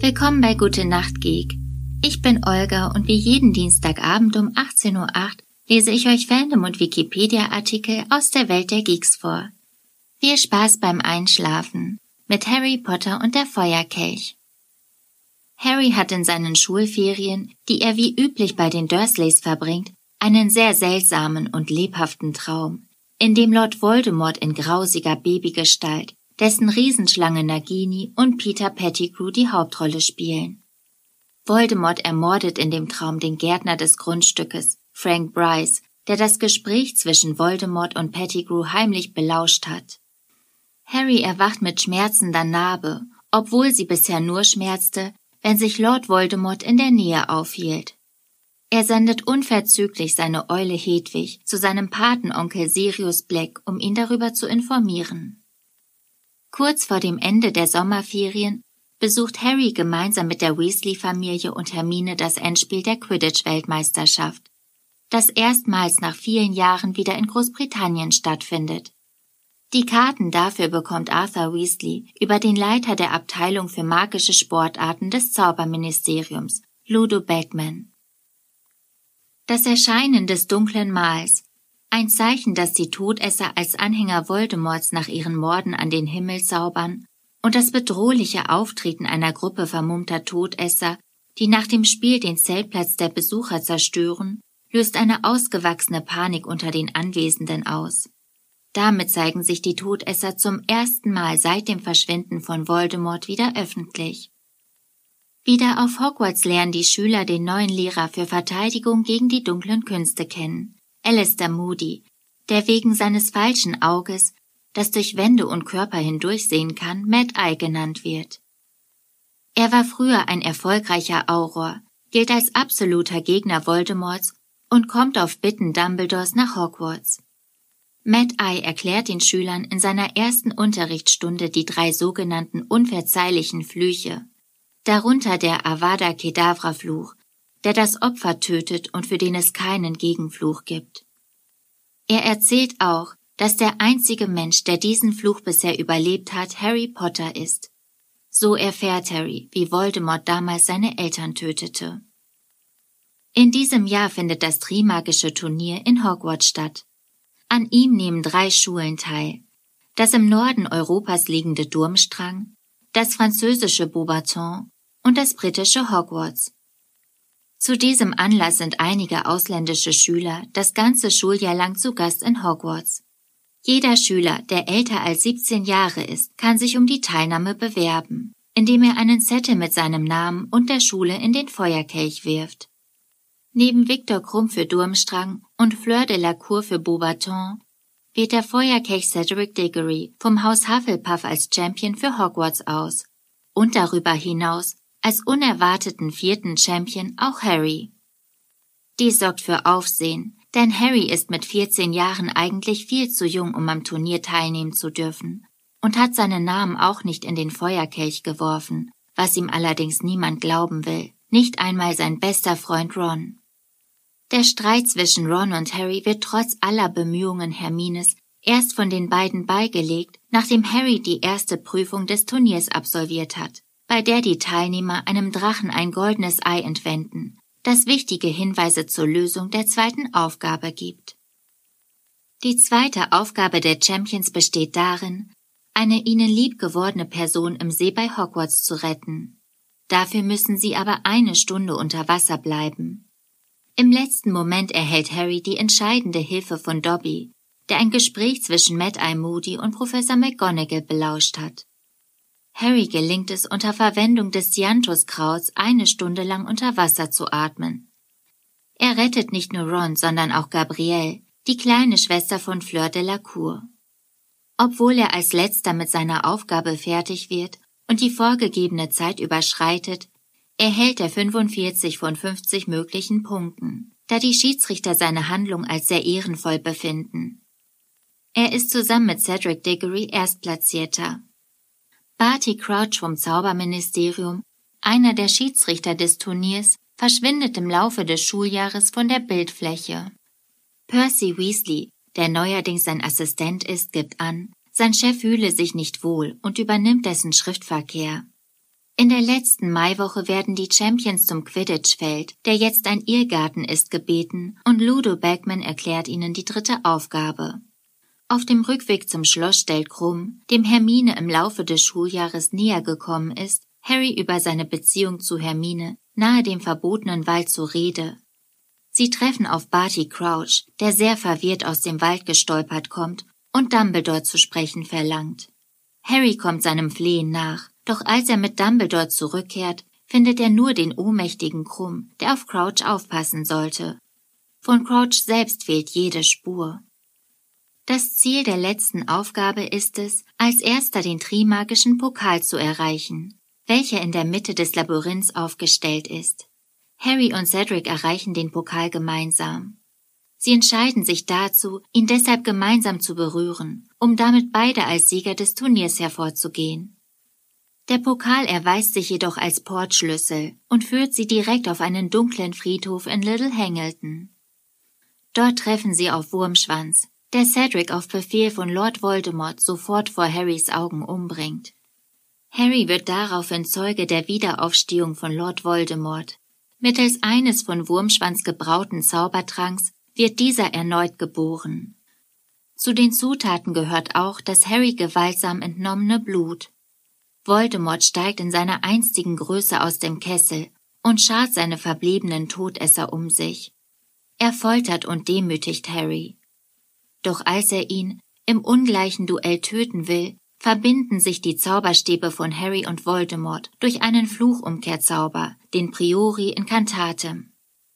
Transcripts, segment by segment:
Willkommen bei Gute Nacht Geek. Ich bin Olga und wie jeden Dienstagabend um 18:08 Uhr lese ich euch Fandom- und Wikipedia-Artikel aus der Welt der Geeks vor. Viel Spaß beim Einschlafen mit Harry Potter und der Feuerkelch. Harry hat in seinen Schulferien, die er wie üblich bei den Dursleys verbringt, einen sehr seltsamen und lebhaften Traum, in dem Lord Voldemort in grausiger Babygestalt, dessen Riesenschlange Nagini und Peter Pettigrew die Hauptrolle spielen. Voldemort ermordet in dem Traum den Gärtner des Grundstückes, Frank Bryce, der das Gespräch zwischen Voldemort und Pettigrew heimlich belauscht hat. Harry erwacht mit schmerzender Narbe, obwohl sie bisher nur schmerzte, wenn sich Lord Voldemort in der Nähe aufhielt. Er sendet unverzüglich seine Eule Hedwig zu seinem Patenonkel Sirius Black, um ihn darüber zu informieren. Kurz vor dem Ende der Sommerferien besucht Harry gemeinsam mit der Weasley-Familie und Hermine das Endspiel der Quidditch-Weltmeisterschaft, das erstmals nach vielen Jahren wieder in Großbritannien stattfindet. Die Karten dafür bekommt Arthur Weasley über den Leiter der Abteilung für magische Sportarten des Zauberministeriums, Ludo Bagman. Das Erscheinen des dunklen Mahls, ein Zeichen, das die Todesser als Anhänger Voldemorts nach ihren Morden an den Himmel zaubern, und das bedrohliche Auftreten einer Gruppe vermummter Todesser, die nach dem Spiel den Zeltplatz der Besucher zerstören, löst eine ausgewachsene Panik unter den Anwesenden aus. Damit zeigen sich die Todesser zum ersten Mal seit dem Verschwinden von Voldemort wieder öffentlich. Wieder auf Hogwarts lernen die Schüler den neuen Lehrer für Verteidigung gegen die dunklen Künste kennen, Alastor Moody, der wegen seines falschen Auges, das durch Wände und Körper hindurchsehen kann, Mad-Eye genannt wird. Er war früher ein erfolgreicher Auror, gilt als absoluter Gegner Voldemorts und kommt auf Bitten Dumbledores nach Hogwarts. Mad-Eye erklärt den Schülern in seiner ersten Unterrichtsstunde die 3 sogenannten unverzeihlichen Flüche, darunter der Avada Kedavra-Fluch, der das Opfer tötet und für den es keinen Gegenfluch gibt. Er erzählt auch, dass der einzige Mensch, der diesen Fluch bisher überlebt hat, Harry Potter ist. So erfährt Harry, wie Voldemort damals seine Eltern tötete. In diesem Jahr findet das Trimagische Turnier in Hogwarts statt. An ihm nehmen 3 Schulen teil: das im Norden Europas liegende Durmstrang, das französische Beauxbatons und das britische Hogwarts. Zu diesem Anlass sind einige ausländische Schüler das ganze Schuljahr lang zu Gast in Hogwarts. Jeder Schüler, der älter als 17 Jahre ist, kann sich um die Teilnahme bewerben, indem er einen Zettel mit seinem Namen und der Schule in den Feuerkelch wirft. Neben Viktor Krumm für Durmstrang und Fleur de la Cour für Beauxbatons wählt der Feuerkelch Cedric Diggory vom Haus Hufflepuff als Champion für Hogwarts aus und darüber hinaus als unerwarteten 4. Champion auch Harry. Dies sorgt für Aufsehen, denn Harry ist mit 14 Jahren eigentlich viel zu jung, um am Turnier teilnehmen zu dürfen und hat seinen Namen auch nicht in den Feuerkelch geworfen, was ihm allerdings niemand glauben will, nicht einmal sein bester Freund Ron. Der Streit zwischen Ron und Harry wird trotz aller Bemühungen Hermines erst von den beiden beigelegt, nachdem Harry die erste Prüfung des Turniers absolviert hat, bei der die Teilnehmer einem Drachen ein goldenes Ei entwenden, das wichtige Hinweise zur Lösung der zweiten Aufgabe gibt. Die zweite Aufgabe der Champions besteht darin, eine ihnen lieb gewordene Person im See bei Hogwarts zu retten. Dafür müssen sie aber 1 Stunde unter Wasser bleiben. Im letzten Moment erhält Harry die entscheidende Hilfe von Dobby, der ein Gespräch zwischen Mad-Eye Moody und Professor McGonagall belauscht hat. Harry gelingt es unter Verwendung des Dianthuskrauts 1 Stunde lang unter Wasser zu atmen. Er rettet nicht nur Ron, sondern auch Gabrielle, die kleine Schwester von Fleur de la Cour. Obwohl er als letzter mit seiner Aufgabe fertig wird und die vorgegebene Zeit überschreitet, erhält er 45 von 50 möglichen Punkten, da die Schiedsrichter seine Handlung als sehr ehrenvoll befinden. Er ist zusammen mit Cedric Diggory Erstplatzierter. Barty Crouch vom Zauberministerium, einer der Schiedsrichter des Turniers, verschwindet im Laufe des Schuljahres von der Bildfläche. Percy Weasley, der neuerdings sein Assistent ist, gibt an, sein Chef fühle sich nicht wohl und übernimmt dessen Schriftverkehr. In der letzten Maiwoche werden die Champions zum Quidditch-Feld, der jetzt ein Irrgarten ist, gebeten und Ludo Bagman erklärt ihnen die 3. Aufgabe. Auf dem Rückweg zum Schloss stellt Krumm, dem Hermine im Laufe des Schuljahres näher gekommen ist, Harry über seine Beziehung zu Hermine nahe dem verbotenen Wald zur Rede. Sie treffen auf Barty Crouch, der sehr verwirrt aus dem Wald gestolpert kommt und Dumbledore zu sprechen verlangt. Harry kommt seinem Flehen nach, doch als er mit Dumbledore zurückkehrt, findet er nur den ohnmächtigen Krumm, der auf Crouch aufpassen sollte. Von Crouch selbst fehlt jede Spur. Das Ziel der letzten Aufgabe ist es, als erster den Trimagischen Pokal zu erreichen, welcher in der Mitte des Labyrinths aufgestellt ist. Harry und Cedric erreichen den Pokal gemeinsam. Sie entscheiden sich dazu, ihn deshalb gemeinsam zu berühren, um damit beide als Sieger des Turniers hervorzugehen. Der Pokal erweist sich jedoch als Portschlüssel und führt sie direkt auf einen dunklen Friedhof in Little Hangleton. Dort treffen sie auf Wurmschwanz, der Cedric auf Befehl von Lord Voldemort sofort vor Harrys Augen umbringt. Harry wird daraufhin Zeuge der Wiederaufstehung von Lord Voldemort. Mittels eines von Wurmschwanz gebrauten Zaubertranks wird dieser erneut geboren. Zu den Zutaten gehört auch das Harry gewaltsam entnommene Blut. Voldemort steigt in seiner einstigen Größe aus dem Kessel und schart seine verbliebenen Todesser um sich. Er foltert und demütigt Harry. Doch als er ihn im ungleichen Duell töten will, verbinden sich die Zauberstäbe von Harry und Voldemort durch einen Fluchumkehrzauber, den Priori Incantatem.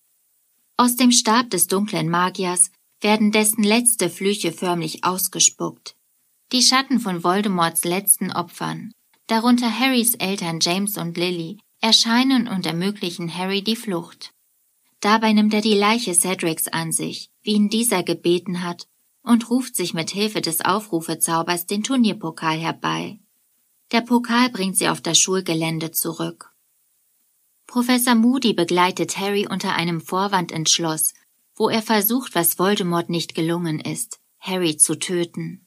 Aus dem Stab des dunklen Magiers werden dessen letzte Flüche förmlich ausgespuckt. Die Schatten von Voldemorts letzten Opfern, darunter Harrys Eltern James und Lily, erscheinen und ermöglichen Harry die Flucht. Dabei nimmt er die Leiche Cedrics an sich, wie ihn dieser gebeten hat, und ruft sich mit Hilfe des Aufrufezaubers den Turnierpokal herbei. Der Pokal bringt sie auf das Schulgelände zurück. Professor Moody begleitet Harry unter einem Vorwand ins Schloss, wo er versucht, was Voldemort nicht gelungen ist, Harry zu töten.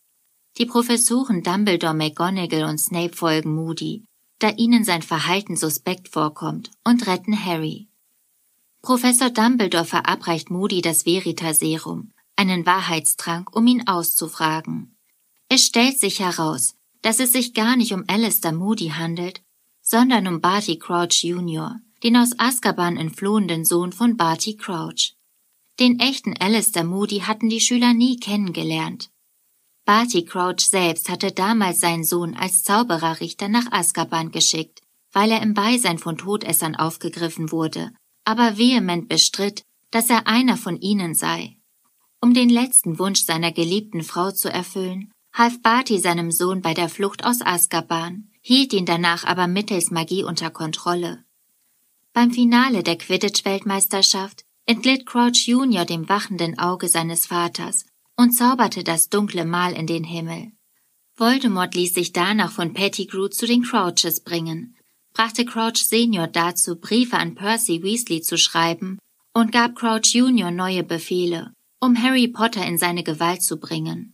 Die Professoren Dumbledore, McGonagall und Snape folgen Moody, da ihnen sein Verhalten suspekt vorkommt, und retten Harry. Professor Dumbledore verabreicht Moody das Veritaserum, einen Wahrheitstrank, um ihn auszufragen. Es stellt sich heraus, dass es sich gar nicht um Alastor Moody handelt, sondern um Barty Crouch Jr., den aus Azkaban entflohenen Sohn von Barty Crouch. Den echten Alastor Moody hatten die Schüler nie kennengelernt. Barty Crouch selbst hatte damals seinen Sohn als Zaubererrichter nach Azkaban geschickt, weil er im Beisein von Todessern aufgegriffen wurde, aber vehement bestritt, dass er einer von ihnen sei. Um den letzten Wunsch seiner geliebten Frau zu erfüllen, half Barty seinem Sohn bei der Flucht aus Azkaban, hielt ihn danach aber mittels Magie unter Kontrolle. Beim Finale der Quidditch-Weltmeisterschaft entglitt Crouch Jr. dem wachenden Auge seines Vaters und zauberte das dunkle Mal in den Himmel. Voldemort ließ sich danach von Pettigrew zu den Crouches bringen, brachte Crouch Senior dazu, Briefe an Percy Weasley zu schreiben und gab Crouch Jr. neue Befehle, um Harry Potter in seine Gewalt zu bringen.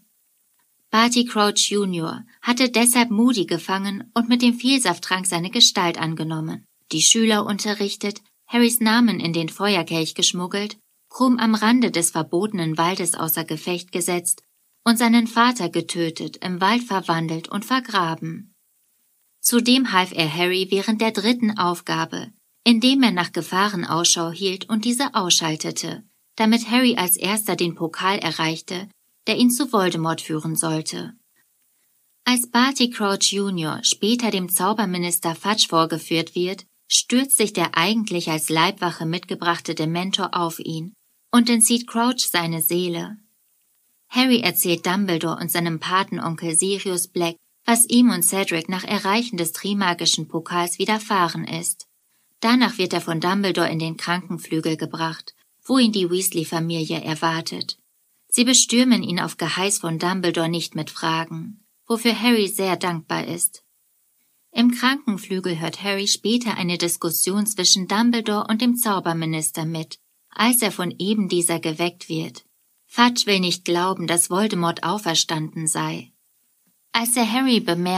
Barty Crouch Jr. hatte deshalb Moody gefangen und mit dem Vielsafttrank seine Gestalt angenommen, die Schüler unterrichtet, Harrys Namen in den Feuerkelch geschmuggelt, Krumm am Rande des verbotenen Waldes außer Gefecht gesetzt und seinen Vater getötet, im Wald verwandelt und vergraben. Zudem half er Harry während der 3. Aufgabe, indem er nach Gefahren Ausschau hielt und diese ausschaltete, damit Harry als erster den Pokal erreichte, der ihn zu Voldemort führen sollte. Als Barty Crouch Jr. später dem Zauberminister Fudge vorgeführt wird, stürzt sich der eigentlich als Leibwache mitgebrachte Dementor auf ihn und entzieht Crouch seine Seele. Harry erzählt Dumbledore und seinem Patenonkel Sirius Black, was ihm und Cedric nach Erreichen des Trimagischen Pokals widerfahren ist. Danach wird er von Dumbledore in den Krankenflügel gebracht, wo ihn die Weasley-Familie erwartet. Sie bestürmen ihn auf Geheiß von Dumbledore nicht mit Fragen, wofür Harry sehr dankbar ist. Im Krankenflügel hört Harry später eine Diskussion zwischen Dumbledore und dem Zauberminister mit, als er von eben dieser geweckt wird. Fudge will nicht glauben, dass Voldemort auferstanden sei. Als er Harry bemerkt,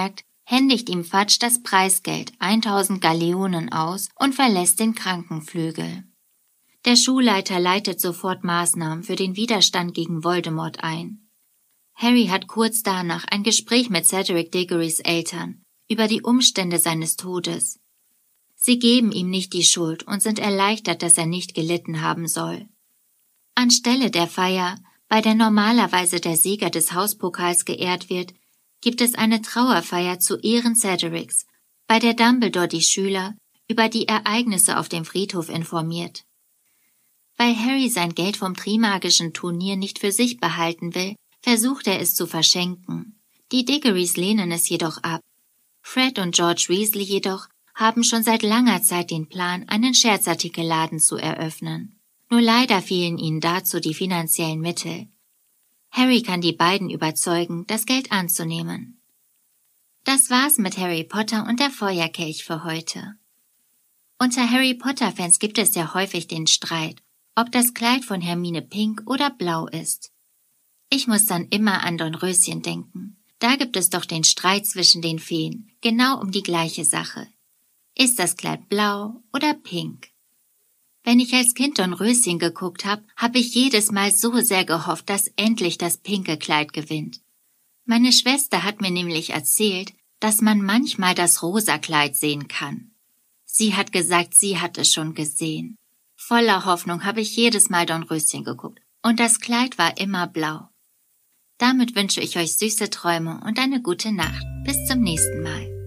händigt ihm Fudge das Preisgeld 1000 Galeonen aus und verlässt den Krankenflügel. Der Schulleiter leitet sofort Maßnahmen für den Widerstand gegen Voldemort ein. Harry hat kurz danach ein Gespräch mit Cedric Diggorys Eltern über die Umstände seines Todes. Sie geben ihm nicht die Schuld und sind erleichtert, dass er nicht gelitten haben soll. Anstelle der Feier, bei der normalerweise der Sieger des Hauspokals geehrt wird, gibt es eine Trauerfeier zu Ehren Cedrics, bei der Dumbledore die Schüler über die Ereignisse auf dem Friedhof informiert. Weil Harry sein Geld vom Trimagischen Turnier nicht für sich behalten will, versucht er es zu verschenken. Die Diggorys lehnen es jedoch ab. Fred und George Weasley jedoch haben schon seit langer Zeit den Plan, einen Scherzartikelladen zu eröffnen. Nur leider fehlen ihnen dazu die finanziellen Mittel. Harry kann die beiden überzeugen, das Geld anzunehmen. Das war's mit Harry Potter und der Feuerkelch für heute. Unter Harry Potter-Fans gibt es ja häufig den Streit, ob das Kleid von Hermine pink oder blau ist. Ich muss dann immer an Dornröschen denken. Da gibt es doch den Streit zwischen den Feen, genau um die gleiche Sache. Ist das Kleid blau oder pink? Wenn ich als Kind Dornröschen geguckt habe, habe ich jedes Mal so sehr gehofft, dass endlich das pinke Kleid gewinnt. Meine Schwester hat mir nämlich erzählt, dass man manchmal das rosa Kleid sehen kann. Sie hat gesagt, sie hat es schon gesehen. Voller Hoffnung habe ich jedes Mal Dornröschen geguckt und das Kleid war immer blau. Damit wünsche ich euch süße Träume und eine gute Nacht. Bis zum nächsten Mal.